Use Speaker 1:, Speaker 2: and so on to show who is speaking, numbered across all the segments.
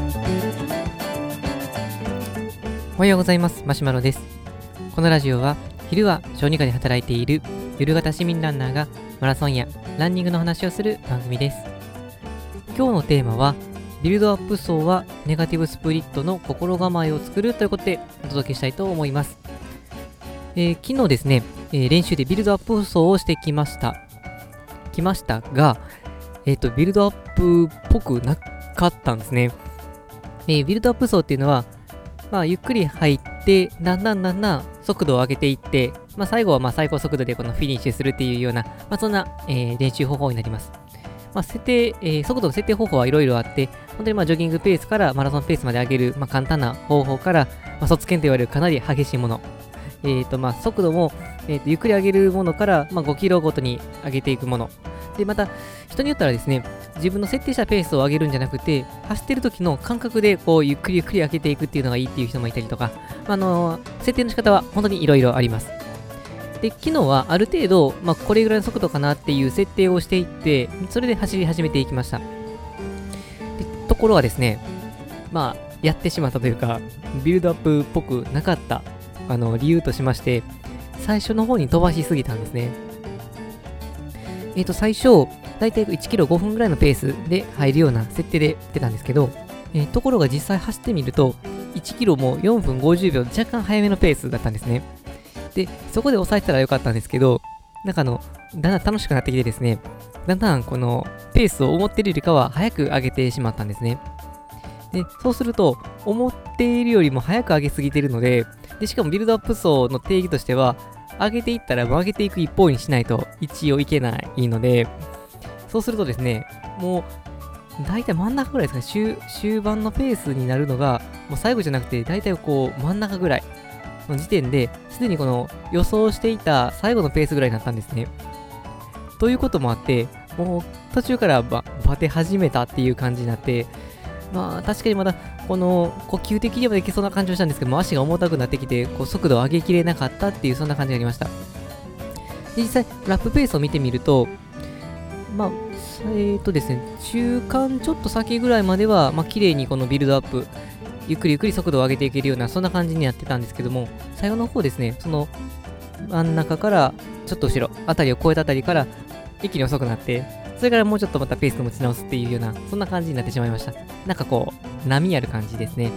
Speaker 1: おはようございます。マシュマロです。このラジオは昼は小児科で働いている夜型市民ランナーがマラソンやランニングの話をする番組です。今日のテーマはビルドアップ走はネガティブスプリットの心構えを作るということでお届けしたいと思います。昨日ですね、練習でビルドアップ走をしてきましたが、ビルドアップっぽくなかったんですね。ビルドアップ走っていうのはゆっくり入って、だんだん速度を上げていって、最後は最高速度でこのフィニッシュするっていうような、そんな、練習方法になります。速度の設定方法はいろいろあって、本当にジョギングペースからマラソンペースまで上げる、簡単な方法から、卒検と言われるかなり激しいもの。速度も、ゆっくり上げるものから、5キロごとに上げていくもの。で、また、人によったらですね、自分の設定したペースを上げるんじゃなくて、走ってる時の感覚でゆっくり上げていくっていうのがいいっていう人もいたりとか、設定の仕方は本当にいろいろあります。で、昨日はある程度、これぐらいの速度かなっていう設定をしていって、それで走り始めていきました。で、ところはですね、やってしまったというか、ビルドアップっぽくなかった、理由としまして、最初の方に飛ばしすぎたんですね。最初、だいたい1キロ5分ぐらいのペースで入るような設定で出たんですけど、ところが実際走ってみると、1キロも4分50秒若干早めのペースだったんですね。で、そこで抑えてたらよかったんですけど、だんだん楽しくなってきてですね、だんだんこのペースを思っているよりかは早く上げてしまったんですね。で、そうすると、思っているよりも早く上げすぎているので、しかもビルドアップ走の定義としては、上げていったら上げていく一方にしないと一応いけないので、そうするとですね、もう、だいたい真ん中ぐらいですかね、終盤のペースになるのが、もう最後じゃなくて、だいたい真ん中ぐらいの時点で、すでにこの予想していた最後のペースぐらいになったんですね。ということもあって、もう途中からバテ始めたっていう感じになって、確かにまだ、呼吸的にもいけそうな感じがしたんですけども、足が重たくなってきて、速度を上げきれなかったっていう、そんな感じがありました。で、実際、ラップペースを見てみると、ですね、中間ちょっと先ぐらいまでは、綺麗にこのビルドアップ、ゆっくり速度を上げていけるような、そんな感じになってたんですけども、最後の方ですね、その真ん中からちょっと後ろ、あたりを越えたあたりから一気に遅くなって、それからもうちょっとまたペースを持ち直すっていうような、そんな感じになってしまいました。波ある感じですね。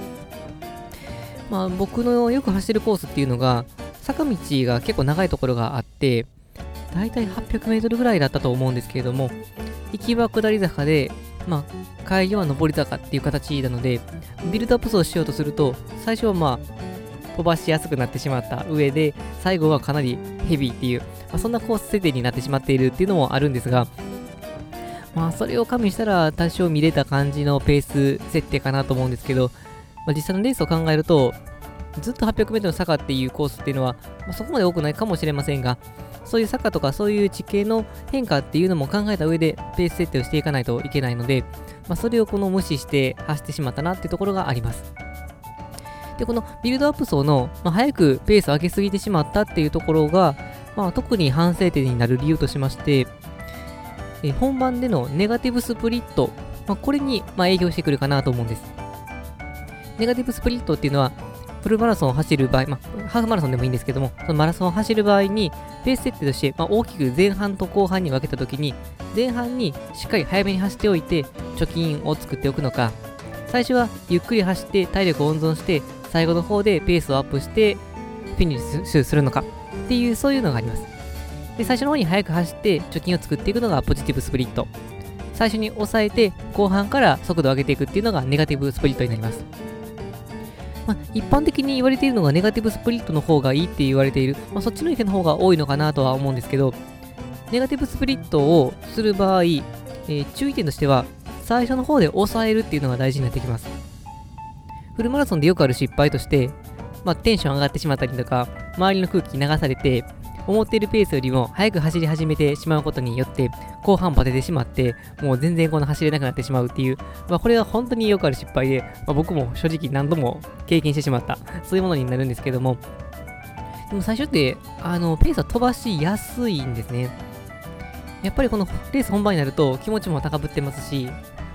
Speaker 1: 僕のよく走るコースっていうのが、坂道が結構長いところがあって、だいたい800メートルぐらいだったと思うんですけれども、行きは下り坂で、帰りは上り坂っていう形なので、ビルドアップ走をしようとすると、最初は飛ばしやすくなってしまった上で、最後はかなりヘビーっていう、そんなコース設定になってしまっているっていうのもあるんですが、それを加味したら多少見れた感じのペース設定かなと思うんですけど、実際のレースを考えると、ずっと 800m の坂っていうコースっていうのは、そこまで多くないかもしれませんが、そういう坂とかそういう地形の変化っていうのも考えた上でペース設定をしていかないといけないので、それを無視して走ってしまったなっていうところがあります。で、このビルドアップ走の、早くペースを上げすぎてしまったっていうところが、特に反省点になる理由としまして、本番でのネガティブスプリット、これに影響してくるかなと思うんです。ネガティブスプリットっていうのは、フルマラソンを走る場合、ハーフマラソンでもいいんですけども、そのマラソンを走る場合に、ペース設定として、大きく前半と後半に分けたときに、前半にしっかり早めに走っておいて、貯金を作っておくのか、最初はゆっくり走って体力を温存して、最後の方でペースをアップして、フィニッシュするのかっていう、そういうのがあります。で、最初の方に早く走って貯金を作っていくのがポジティブスプリット。最初に抑えて後半から速度を上げていくっていうのがネガティブスプリットになります。一般的に言われているのがネガティブスプリットの方がいいって言われている。そっちの意見の方が多いのかなとは思うんですけど、ネガティブスプリットをする場合、注意点としては、最初の方で抑えるっていうのが大事になってきます。フルマラソンでよくある失敗として、テンション上がってしまったりとか、周りの空気流されて、思っているペースよりも早く走り始めてしまうことによって後半バテてしまってもう全然走れなくなってしまうっていう、これは本当によくある失敗で、僕も正直何度も経験してしまったそういうものになるんですけども、でも最初ってペースは飛ばしやすいんですね。やっぱりこのレース本番になると気持ちも高ぶってますし、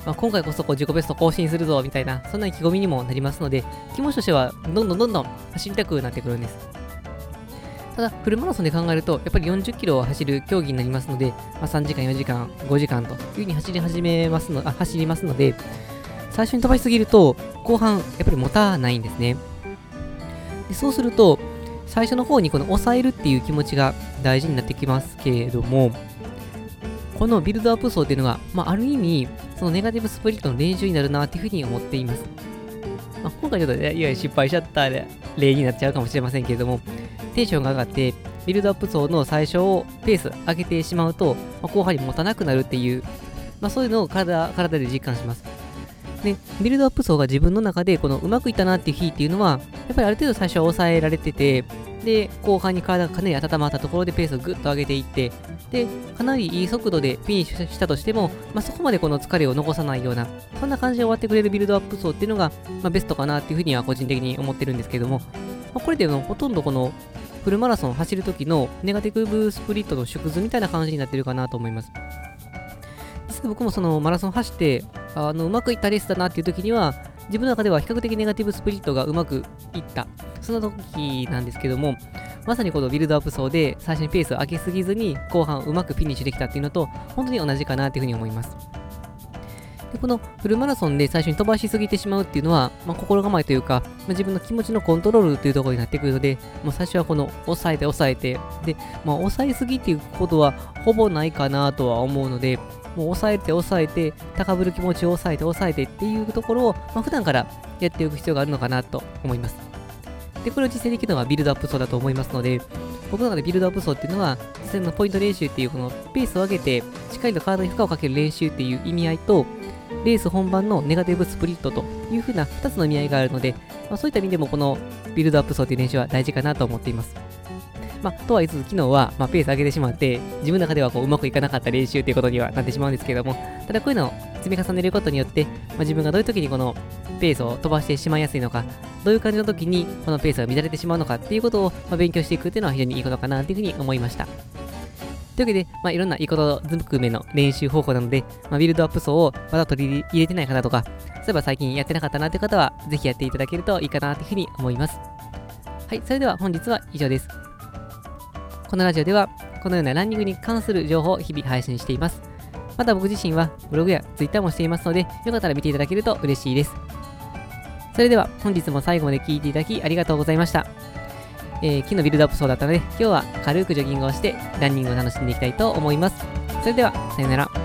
Speaker 1: 今回こそ自己ベスト更新するぞみたいな、そんな意気込みにもなりますので、気持ちとしてはどんどん走りたくなってくるんです。ただ、フルマラソンで考えると、やっぱり40キロを走る競技になりますので、3時間、4時間、5時間というふうに走りますので、最初に飛ばしすぎると、後半、やっぱり持たないんですね。でそうすると、最初の方にこの抑えるっていう気持ちが大事になってきますけれども、このビルドアップ走っていうのが、ある意味、そのネガティブスプリットの練習になるなっていうふうに思っています。今回ちょっとね、いわゆる失敗しちゃった例になっちゃうかもしれませんけれども、テンションが上がって、ビルドアップ走の最初をペース上げてしまうと、後半に持たなくなるっていう、そういうのを体で実感します。で、ビルドアップ走が自分の中でこのうまくいったなっていう日っていうのは、やっぱりある程度最初は抑えられてて、で、後半に体がかなり温まったところでペースをぐっと上げていって、で、かなりいい速度でフィニッシュしたとしても、そこまでこの疲れを残さないような、そんな感じで終わってくれるビルドアップ走っていうのが、ベストかなっていうふうには個人的に思ってるんですけども、これでほとんどこのフルマラソンを走る時のネガティブスプリットの縮図みたいな感じになってるかなと思います。実際僕もそのマラソン走って、うまくいったレースだなっていう時には、自分の中では比較的ネガティブスプリットがうまくいった、そんな時なんですけども、まさにこのビルドアップ走で最初にペースを上げすぎずに後半うまくフィニッシュできたっていうのと、本当に同じかなっていうふうに思います。でこのフルマラソンで最初に飛ばしすぎてしまうっていうのは、心構えというか、自分の気持ちのコントロールというところになってくるので、もう最初はこの抑えて、で、抑えすぎっていうことはほぼないかなとは思うので、もう抑えて、高ぶる気持ちを抑えてっていうところを、普段からやっておく必要があるのかなと思います。で、これを実践できるのはビルドアップ走だと思いますので、僕の中でビルドアップ走っていうのは、実際のポイント練習っていうこのペースを上げて、しっかりと体に負荷をかける練習っていう意味合いと、レース本番のネガティブスプリットという風な2つの意味合いがあるので、そういった意味でもこのビルドアップ走っていう練習は大事かなと思っています。とは言いつつ、昨日は、ペース上げてしまって、自分の中ではうまくいかなかった練習ということにはなってしまうんですけども、ただこういうのを積み重ねることによって、自分がどういう時にこのペースを飛ばしてしまいやすいのか、どういう感じの時にこのペースが乱れてしまうのかっていうことを、勉強していくっていうのは非常にいいことかなというふうに思いました。というわけで、いろんないいことずくめの練習方法なので、ビルドアップ走をまだ取り入れてない方とか、そういえば最近やってなかったなという方は、ぜひやっていただけるといいかなというふうに思います。はい、それでは本日は以上です。このラジオでは、このようなランニングに関する情報を日々配信しています。また僕自身はブログやツイッターもしていますので、よかったら見ていただけると嬉しいです。それでは本日も最後まで聞いていただきありがとうございました。昨日ビルドアップ走だったので、今日は軽くジョギングをしてランニングを楽しんでいきたいと思います。それでは、さよなら。